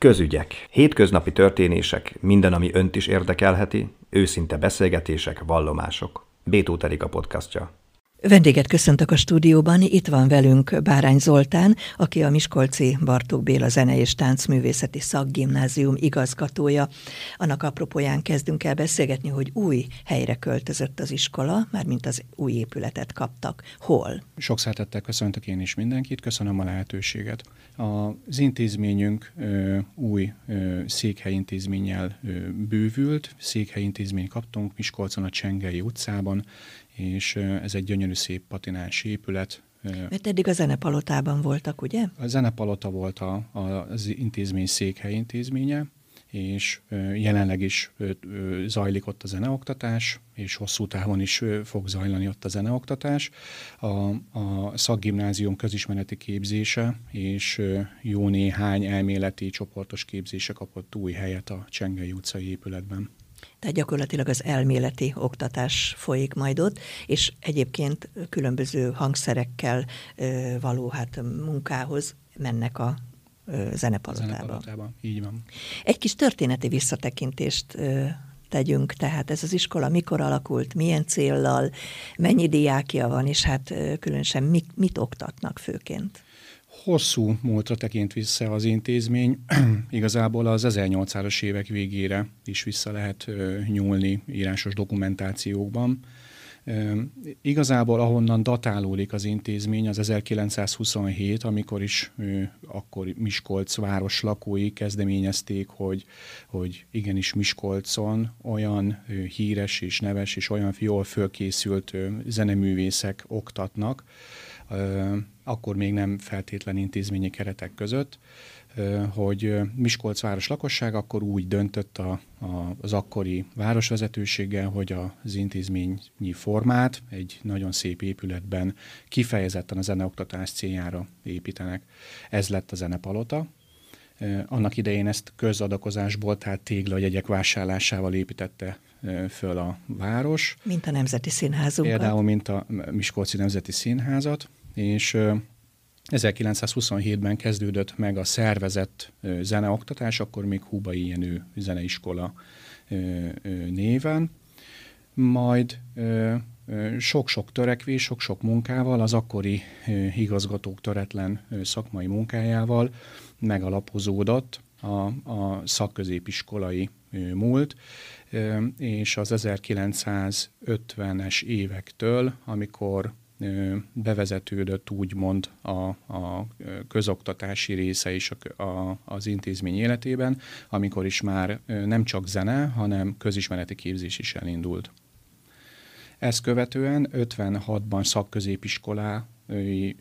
Közügyek. Hétköznapi történések, minden, ami önt is érdekelheti, őszinte beszélgetések, vallomások. B-Tóth Erika podcastja. Vendéget köszöntök a stúdióban, itt van velünk Bárány Zoltán, aki a Miskolci Bartók Béla Zene- és Táncművészeti Szakgimnázium igazgatója. Annak apropóján kezdünk el beszélgetni, hogy új helyre költözött az iskola, mármint az új épületet kaptak. Hol? Sok szeretettel köszöntök én is mindenkit, köszönöm a lehetőséget. Az intézményünk új székhelyintézménnyel bővült, székhelyintézményt kaptunk Miskolcon a Csengei utcában, és ez egy gyönyörű szép patinás épület. Mert eddig a Zenepalotában voltak, ugye? A Zenepalota volt az intézmény székhelyintézménye, és jelenleg is zajlik ott a zeneoktatás, és hosszú távon is fog zajlani ott a zeneoktatás. A szakgimnázium közismereti képzése és jó néhány elméleti csoportos képzése kapott új helyet a Csengei utcai épületben. Tehát gyakorlatilag az elméleti oktatás folyik majd ott, és egyébként különböző hangszerekkel való munkához mennek a Zenepalotába. Így van. Egy kis történeti visszatekintést tegyünk, tehát ez az iskola mikor alakult, milyen céllal, mennyi diákja van, és hát különösen mit oktatnak főként? Hosszú múltra tekint vissza az intézmény, igazából az 1800-as évek végére is vissza lehet nyúlni írásos dokumentációkban. Igazából ahonnan datálódik az intézmény, az 1927, amikor is akkor Miskolc város lakói kezdeményezték, hogy igenis Miskolcon olyan híres és neves és olyan jól fölkészült zeneművészek oktatnak, akkor még nem feltétlen intézményi keretek között, hogy Miskolc város lakosság akkor úgy döntött az akkori városvezetőséggel, hogy az intézményi formát egy nagyon szép épületben kifejezetten a zeneoktatás céljára építenek. Ez lett a Zenepalota. Annak idején ezt közadakozásból, tehát téglagyegyek vásárlásával építette föl a város. Mint a Nemzeti Színházunkat. Például, mint a Miskolci Nemzeti Színházat, és 1927-ben kezdődött meg a szervezett zeneoktatás, akkor még Húbai Jenő zeneiskola néven. Majd sok-sok törekvés, sok-sok munkával, az akkori igazgatók töretlen szakmai munkájával megalapozódott a szakközépiskolai múlt, és az 1950-es évektől, amikor bevezetődött úgymond a közoktatási része is az intézmény életében, amikor is már nem csak zene, hanem közismereti képzés is elindult. Ezt követően 56-ban szakközépiskolai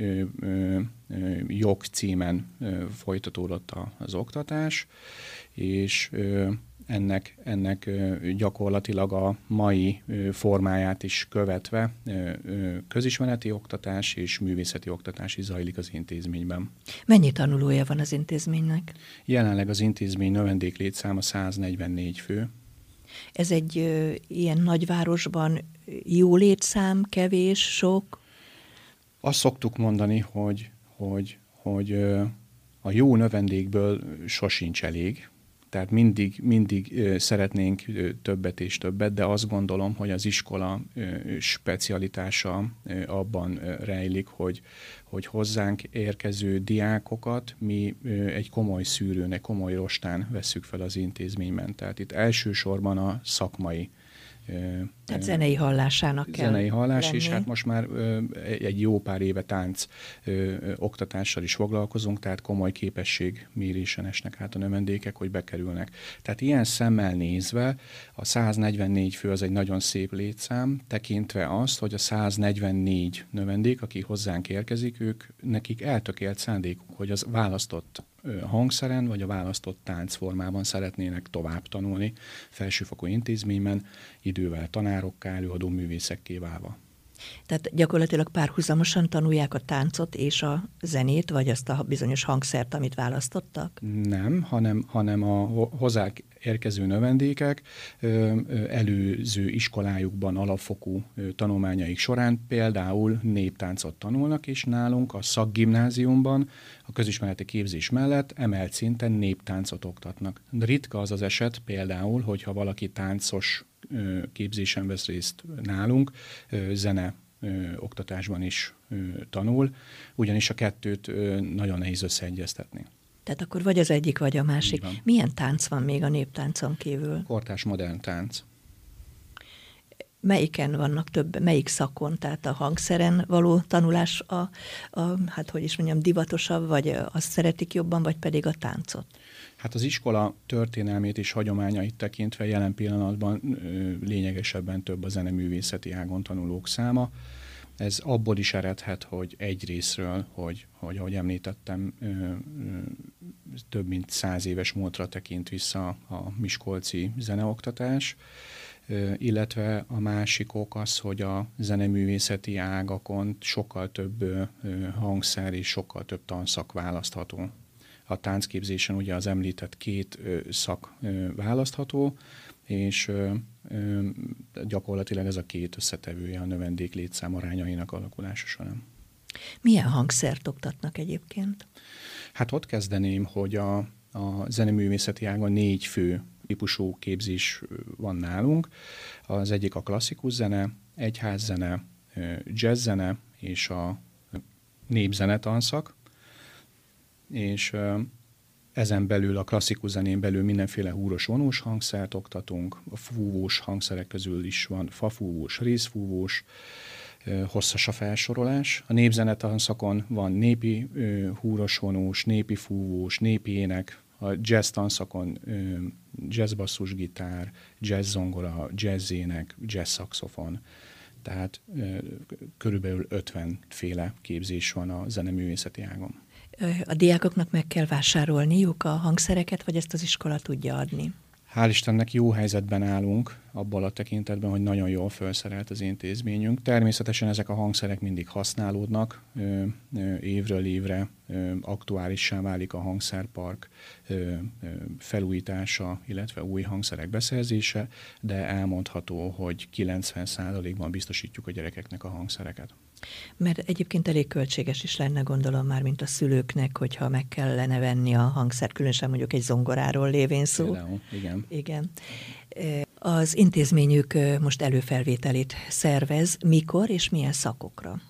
jogcímen folytatódott az oktatás, és ennek gyakorlatilag a mai formáját is követve közismereti oktatás és művészeti oktatás is zajlik az intézményben. Mennyi tanulója van az intézménynek? Jelenleg az intézmény növendéklétszáma 144 fő. Ez egy ilyen nagyvárosban jó létszám, kevés, sok? Azt szoktuk mondani, hogy a jó növendékből sosincs elég. Tehát mindig szeretnénk többet és többet, de azt gondolom, hogy az iskola specialitása abban rejlik, hogy hozzánk érkező diákokat mi egy komoly szűrőn, egy komoly rostán vesszük fel az intézményben. Tehát itt elsősorban a szakmai. Tehát zenei hallásának kell zenei hallás, lenni. És hát most már egy jó pár éve tánc oktatással is foglalkozunk, tehát komoly képességmérésen esnek át a növendékek, hogy bekerülnek. Tehát ilyen szemmel nézve a 144 fő az egy nagyon szép létszám, tekintve azt, hogy a 144 növendék, aki hozzánk érkezik, nekik eltökélt szándékuk, hogy az választott hangszeren vagy a választott táncformában szeretnének tovább tanulni felsőfokú intézményben, idővel tanárokká, előadó művészekké válva. Tehát gyakorlatilag párhuzamosan tanulják a táncot és a zenét, vagy azt a bizonyos hangszert, amit választottak? Nem, hanem a hozzák érkező növendékek előző iskolájukban, alapfokú tanulmányaik során például néptáncot tanulnak, és nálunk a szakgimnáziumban a közismereti képzés mellett emelt szinten néptáncot oktatnak. Ritka az az eset például, hogyha valaki táncos képzésen vesz részt nálunk, zene oktatásban is tanul, ugyanis a kettőt nagyon nehéz összeegyeztetni. Tehát akkor vagy az egyik, vagy a másik. Milyen tánc van még a néptáncon kívül? Kortárs modern tánc. Melyiken vannak melyik szakon, tehát a hangszeren való tanulás hát hogy is mondjam, divatosabb, vagy azt szeretik jobban, vagy pedig a táncot? Hát az iskola történelmét és hagyományait tekintve jelen pillanatban lényegesebben több a zeneművészeti ágon tanulók száma. Ez abból is eredhet, hogy egyrészről, hogy ahogy említettem, több mint 100 éves múltra tekint vissza a miskolci zeneoktatás, illetve a másik ok az, hogy a zeneművészeti ágakon sokkal több hangszer és sokkal több tanszak választható. A táncképzésen ugye az említett 2 szak választható, és gyakorlatilag ez a 2 összetevője a növendék létszám arányainak alakulása során. Milyen hangszert oktatnak egyébként? Hát ott kezdeném, hogy a zeneművészeti ágon 4 fő típusú képzés van nálunk. Az egyik a klasszikus zene, egyházzene, jazzzene és a népzene tanszak, és ezen belül, a klasszikus zenén belül mindenféle húros-vonós hangszert oktatunk, a fúvós hangszerek közül is van fafúvós, részfúvós, hosszas a felsorolás. A népzenetanszakon van népi húros-vonós, népi fúvós, népi ének, a jazz tanszakon jazz basszusgitár, jazz zongora, jazz ének, jazz szaxofon. Tehát körülbelül 50 féle képzés van a zeneművészeti ágon. A diákoknak meg kell vásárolniuk a hangszereket, vagy ezt az iskola tudja adni? Hál' Istennek jó helyzetben állunk, abban a tekintetben, hogy nagyon jól felszerelt az intézményünk. Természetesen ezek a hangszerek mindig használódnak, évről évre aktuálissá válik a hangszerpark felújítása, illetve új hangszerek beszerzése, de elmondható, hogy 90%-ban biztosítjuk a gyerekeknek a hangszereket. Mert egyébként elég költséges is lenne, gondolom már, mint a szülőknek, hogyha meg kellene venni a hangszert, különösen mondjuk egy zongoráról lévén szó. Például, igen. Igen. Az intézményük most előfelvételét szervez, mikor és milyen szakokra?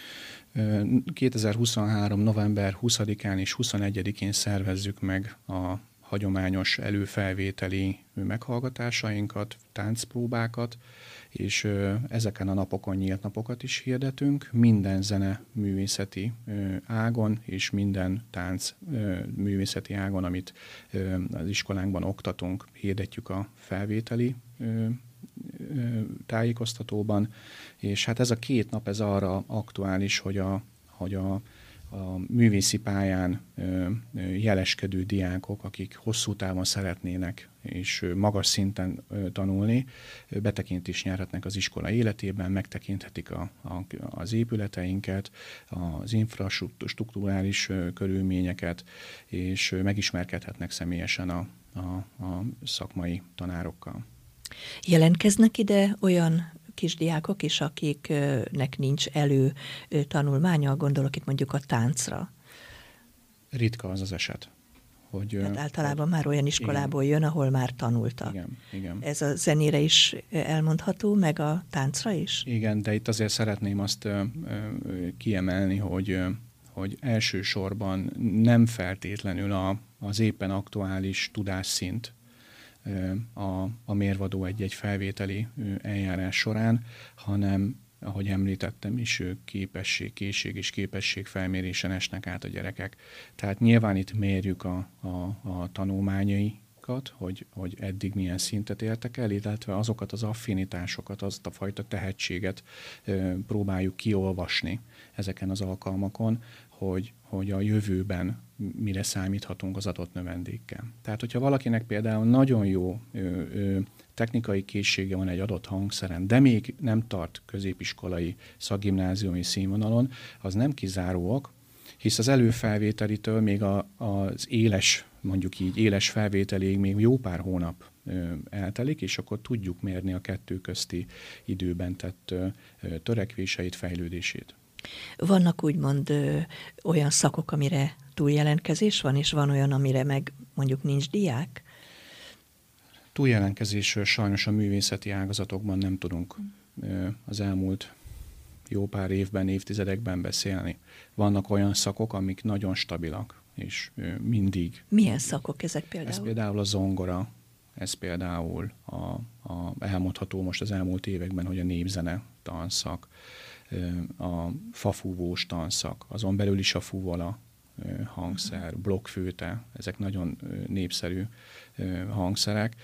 2023. november 20-án és 21-én szervezzük meg a hagyományos előfelvételi meghallgatásainkat, táncpróbákat, és ezeken a napokon nyílt napokat is hirdetünk. Minden zeneművészeti ágon és minden tánc művészeti ágon, amit az iskolánkban oktatunk, hirdetjük a felvételi tájékoztatóban, és hát ez a 2 nap ez arra aktuális, hogy a művészi pályán jeleskedő diákok, akik hosszú távon szeretnének és magas szinten tanulni, betekintést nyerhetnek az iskola életében, megtekinthetik az épületeinket, az infrastrukturális körülményeket, és megismerkedhetnek személyesen a szakmai tanárokkal. Jelentkeznek ide olyan kisdiákok is, akiknek nincs tanulmánya, gondolok itt mondjuk a táncra? Ritka az az eset. Tehát általában már olyan iskolából jön, ahol már tanultak. Igen. Ez a zenére is elmondható, meg a táncra is? Igen, de itt azért szeretném azt kiemelni, hogy elsősorban nem feltétlenül az éppen aktuális tudásszint a mérvadó egy felvételi eljárás során, hanem, ahogy említettem is, képesség, készség és képesség felmérésen esnek át a gyerekek. Tehát nyilván itt mérjük a tanulmányaikat, hogy eddig milyen szintet értek el, illetve azokat az affinitásokat, azt a fajta tehetséget próbáljuk kiolvasni ezeken az alkalmakon, hogy a jövőben mire számíthatunk az adott növendékkel. Tehát, hogyha valakinek például nagyon jó technikai készsége van egy adott hangszeren, de még nem tart középiskolai szakgimnáziumi színvonalon, az nem kizáróak, hisz az előfelvételitől még az éles, mondjuk így éles felvételig még jó pár hónap eltelik, és akkor tudjuk mérni a kettő közti időben tett törekvéseit, fejlődését. Vannak úgymond olyan szakok, amire túljelentkezés van, és van olyan, amire meg mondjuk nincs diák? Túljelentkezésről sajnos a művészeti ágazatokban nem tudunk az elmúlt jó pár évben, évtizedekben beszélni. Vannak olyan szakok, amik nagyon stabilak, és mindig... Milyen szakok ezek például? Ez például a zongora, ez például elmondható most az elmúlt években, hogy a népzene tanszak, a fafúvós tanszak, azon belül is a fuvola hangszer, blokkflőte, ezek nagyon népszerű hangszerek,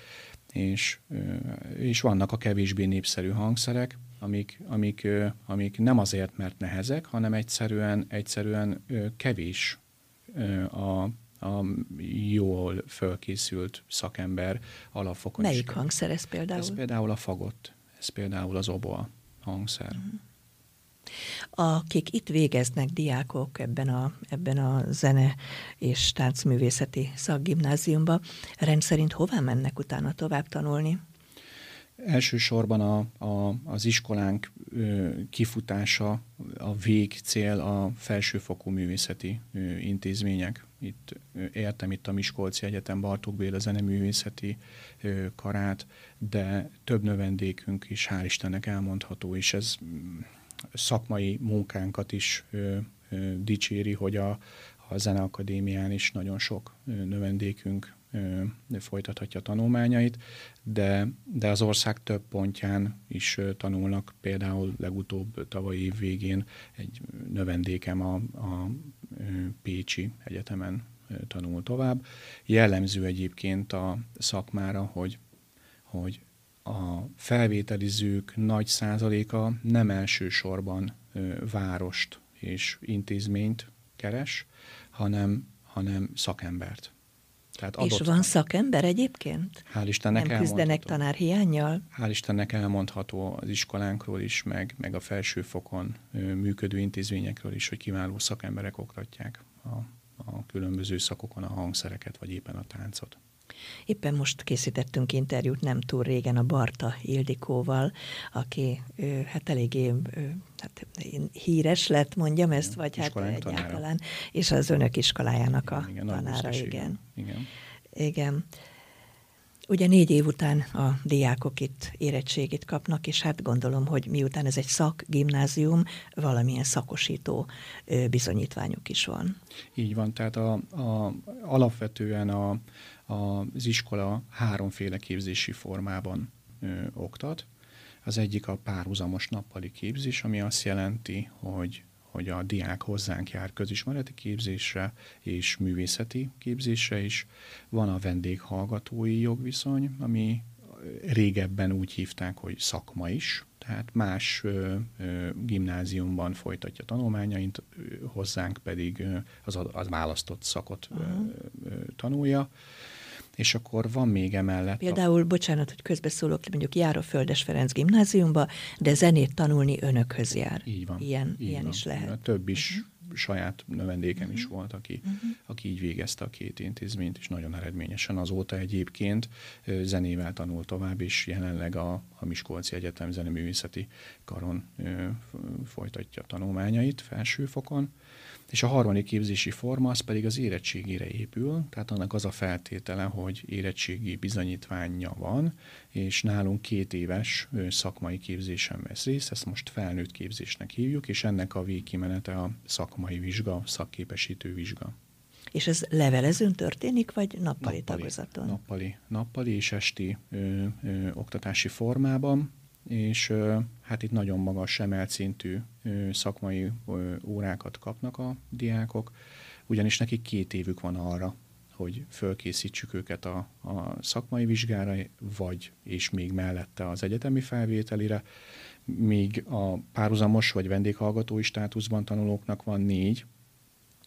és vannak a kevésbé népszerű hangszerek, amik nem azért, mert nehezek, hanem egyszerűen kevés a jól fölkészült szakember alapfokon. Melyik hangszer ez például? Ez például a fagott, ez például az oboa hangszer. Akik itt végeznek, diákok ebben a zene és táncművészeti szakgimnáziumban, rendszerint hová mennek utána tovább tanulni? Elsősorban az iskolánk kifutása, a végcél a felsőfokú művészeti intézmények. Értem itt a Miskolci Egyetem Bartók Béla zeneművészeti karát, de több növendékünk is, hál' Istennek elmondható, és ez szakmai munkánkat is dicséri, hogy a Zeneakadémián is nagyon sok növendékünk folytathatja tanulmányait, de az ország több pontján is tanulnak. Például legutóbb tavalyi év végén egy növendékem a Pécsi Egyetemen tanul tovább. Jellemző egyébként a szakmára, hogy a felvételizők nagy százaléka nem elsősorban várost és intézményt keres, hanem szakembert. És van szakember egyébként? Hál' Istennek nem küzdenek tanárhiánnyal? Hál' Istennek elmondható az iskolánkról is, meg a felsőfokon működő intézményekről is, hogy kiváló szakemberek oktatják a különböző szakokon a hangszereket, vagy éppen a táncot. Éppen most készítettünk interjút nem túl régen a Barta Ildikóval, aki hát eléggé híres lett, mondjam ezt, vagy hát egyáltalán, tanára. És az önök iskolájának a tanára, igen. Ugye 4 év után a diákok itt érettségit kapnak, és hát gondolom, hogy miután ez egy szakgimnázium, valamilyen szakosító bizonyítványuk is van. Így van, tehát alapvetően az iskola 3 képzési formában oktat. Az egyik a párhuzamos nappali képzés, ami azt jelenti, hogy a diák hozzánk jár közismereti képzésre és művészeti képzésre is. Van a vendéghallgatói jogviszony, ami régebben úgy hívták, hogy szakma is, tehát más gimnáziumban folytatja tanulmányait, hozzánk pedig az választott szakot tanulja. És akkor van még emellett... Például, bocsánat, hogy közbeszólok, mondjuk jár a Földes Ferenc gimnáziumba, de zenét tanulni önökhöz jár. Így van. Ilyen van. is lehet. Több is saját növendékem is volt, aki így végezte a 2 intézményt, és nagyon eredményesen azóta egyébként zenével tanul tovább, és jelenleg a Miskolci Egyetem zeneművészeti karon folytatja tanulmányait felsőfokon. És a 3. képzési forma az pedig az érettségére épül, tehát annak az a feltétele, hogy érettségi bizonyítványa van, és nálunk 2 éves szakmai képzésen vesz részt, ezt most felnőtt képzésnek hívjuk, és ennek a végkimenete a szakmai vizsga, szakképesítő vizsga. És ez levelezőn történik, vagy nappali tagozaton? Nappali és esti oktatási formában, és hát itt nagyon magas emelt szintű szakmai órákat kapnak a diákok, ugyanis nekik 2 évük van arra, hogy fölkészítsük őket a szakmai vizsgára, és még mellette az egyetemi felvételire, míg a párhuzamos vagy vendéghallgatói státuszban tanulóknak van 4,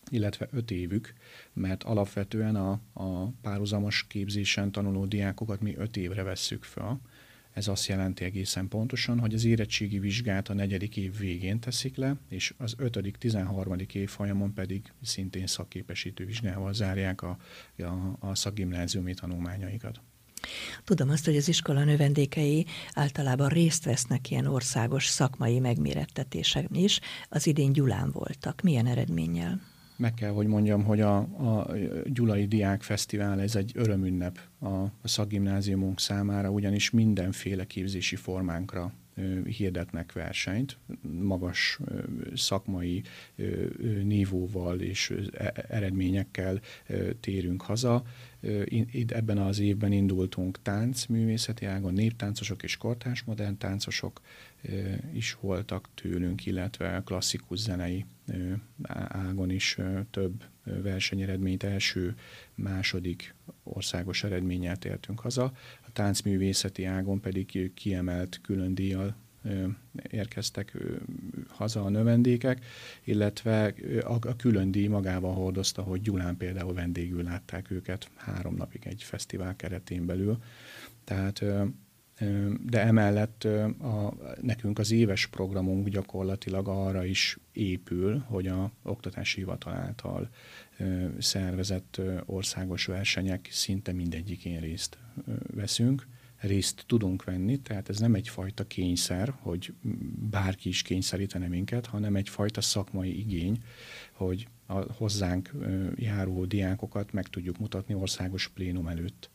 illetve 5 évük, mert alapvetően a párhuzamos képzésen tanuló diákokat mi 5 évre vesszük fel. Ez azt jelenti egészen pontosan, hogy az érettségi vizsgát a 4. év végén teszik le, és az 5., 13. évfolyamon pedig szintén szakképesítő vizsgával zárják a szakgimnáziumi tanulmányaikat. Tudom azt, hogy az iskola növendékei általában részt vesznek ilyen országos szakmai megmérettetéseken is. Az idén Gyulán voltak. Milyen eredménnyel? Meg kell, hogy mondjam, hogy a Gyulai Diák Fesztivál ez egy örömünnep a szakgimnáziumunk számára, ugyanis mindenféle képzési formánkra hirdetnek versenyt, magas szakmai nívóval és eredményekkel térünk haza. Ebben az évben indultunk táncművészeti ágon, néptáncosok és kortárs modern táncosok is voltak tőlünk, illetve klasszikus zenei ágon is több versenyeredményt, első, második országos eredménnyel tértünk haza. A táncművészeti ágon pedig kiemelt külön díjjal érkeztek haza a növendékek, illetve a külön díj magával hordozta, hogy Gyulán például vendégül látták őket 3 napig egy fesztivál keretén belül. Tehát, de emellett nekünk az éves programunk gyakorlatilag arra is épül, hogy a Oktatási Hivatal által szervezett országos versenyek szinte mindegyikén részt veszünk. Részt tudunk venni, tehát ez nem egyfajta kényszer, hogy bárki is kényszerítene minket, hanem egyfajta szakmai igény, hogy a hozzánk járó diákokat meg tudjuk mutatni országos plénum előtt.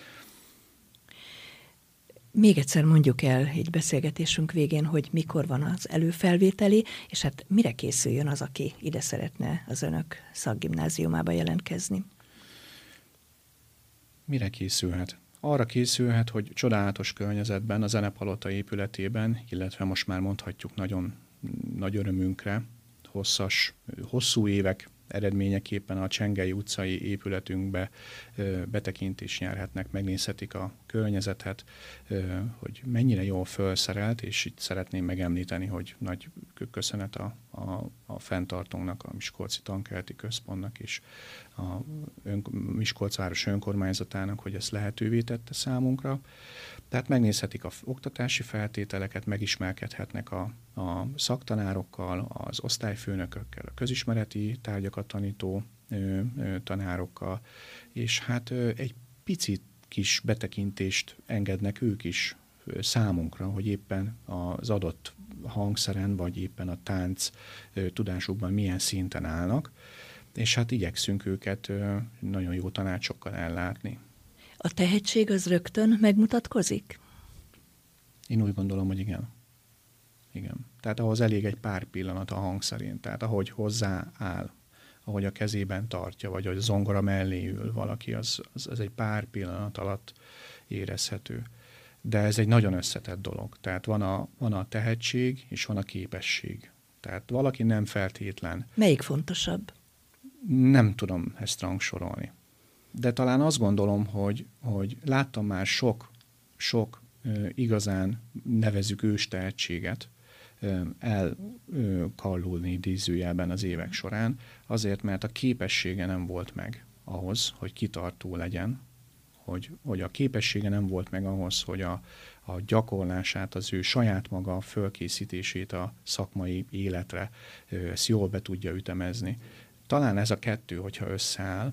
Még egyszer mondjuk el egy beszélgetésünk végén, hogy mikor van az előfelvételi, és hát mire készüljön az, aki ide szeretne az önök szakgimnáziumába jelentkezni? Mire készülhet? Arra készülhet, hogy csodálatos környezetben, a Zenepalota épületében, illetve most már mondhatjuk nagyon nagy örömünkre, hosszú évek eredményeképpen a Csengei utcai épületünkbe betekintést nyerhetnek, megnézhetik a környezetet, hogy mennyire jól felszerelt, és itt szeretném megemlíteni, hogy nagy köszönet a fenntartónknak, a Miskolci Tankerti Központnak és a Miskolc város önkormányzatának, hogy ezt lehetővé tette számunkra. Tehát megnézhetik az oktatási feltételeket, megismerkedhetnek a szaktanárokkal, az osztályfőnökökkel, a közismereti tárgyakat tanító tanárokkal, és hát egy picit kis betekintést engednek ők is számunkra, hogy éppen az adott hangszeren, vagy éppen a tánc tudásukban milyen szinten állnak, és hát igyekszünk őket nagyon jó tanácsokkal ellátni. A tehetség az rögtön megmutatkozik? Én úgy gondolom, hogy igen. Igen. Tehát ahhoz elég egy pár pillanat a hangszerén. Tehát ahogy hozzááll, ahogy a kezében tartja, vagy hogy a zongora mellé ül valaki, az egy pár pillanat alatt érezhető. De ez egy nagyon összetett dolog. Tehát van a tehetség, és van a képesség. Tehát valaki nem feltétlen. Melyik fontosabb? Nem tudom ezt rangsorolni. De talán azt gondolom, hogy láttam már sok igazán nevezzük ős tehetséget elkallulni idézőjelben az évek során, azért, mert a képessége nem volt meg ahhoz, hogy kitartó legyen, hogy a képessége nem volt meg ahhoz, hogy a gyakorlását, az ő saját maga fölkészítését a szakmai életre ezt jól be tudja ütemezni. Talán ez a kettő, hogyha összeáll,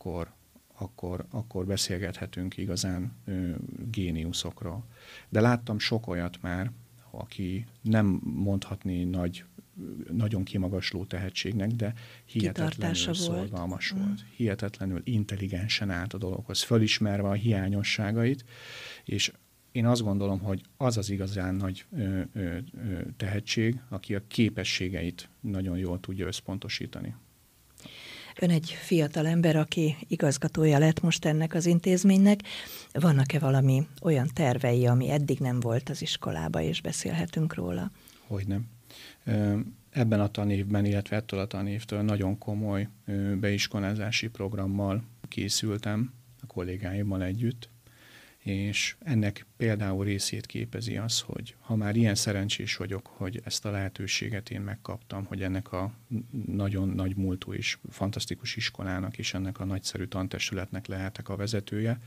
akkor beszélgethetünk igazán géniuszokról. De láttam sok olyat már, aki nem mondhatni nagyon kimagasló tehetségnek, de hihetetlenül szorgalmas volt. Hihetetlenül intelligensen állt a dologhoz, fölismerve a hiányosságait, és én azt gondolom, hogy az igazán nagy tehetség, aki a képességeit nagyon jól tudja összpontosítani. Ön egy fiatal ember, aki igazgatója lett most ennek az intézménynek. Vannak-e valami olyan tervei, ami eddig nem volt az iskolába, és beszélhetünk róla? Hogyne. Ebben a tanévben, illetve ettől a tanévtől nagyon komoly beiskolázási programmal készültem a kollégáimmal együtt, És ennek például részét képezi az, hogy ha már ilyen szerencsés vagyok, hogy ezt a lehetőséget én megkaptam, hogy ennek a nagyon nagy múltú és fantasztikus iskolának és ennek a nagyszerű tantestületnek lehetek a vezetője,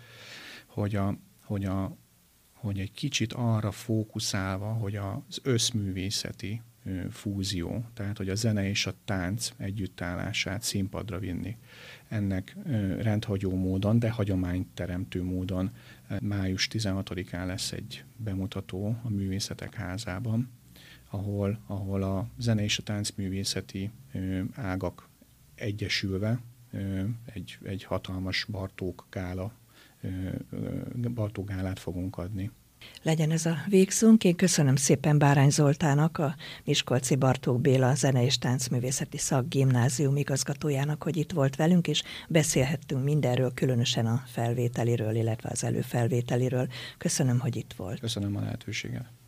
hogy egy kicsit arra fókuszálva, hogy az összművészeti fúzió, tehát hogy a zene és a tánc együttállását színpadra vinni. Ennek rendhagyó módon, de hagyományteremtő módon május 16-án lesz egy bemutató a Művészetek Házában, ahol a zene és a táncművészeti ágak egyesülve egy hatalmas Bartók gálát fogunk adni. Legyen ez a végszónk. Én köszönöm szépen Bárány Zoltánnak, a Miskolci Bartók Béla Zene- és Táncművészeti Szakgimnázium igazgatójának, hogy itt volt velünk, és beszélhettünk mindenről, különösen a felvételiről, illetve az előfelvételiről. Köszönöm, hogy itt volt. Köszönöm a lehetőséget.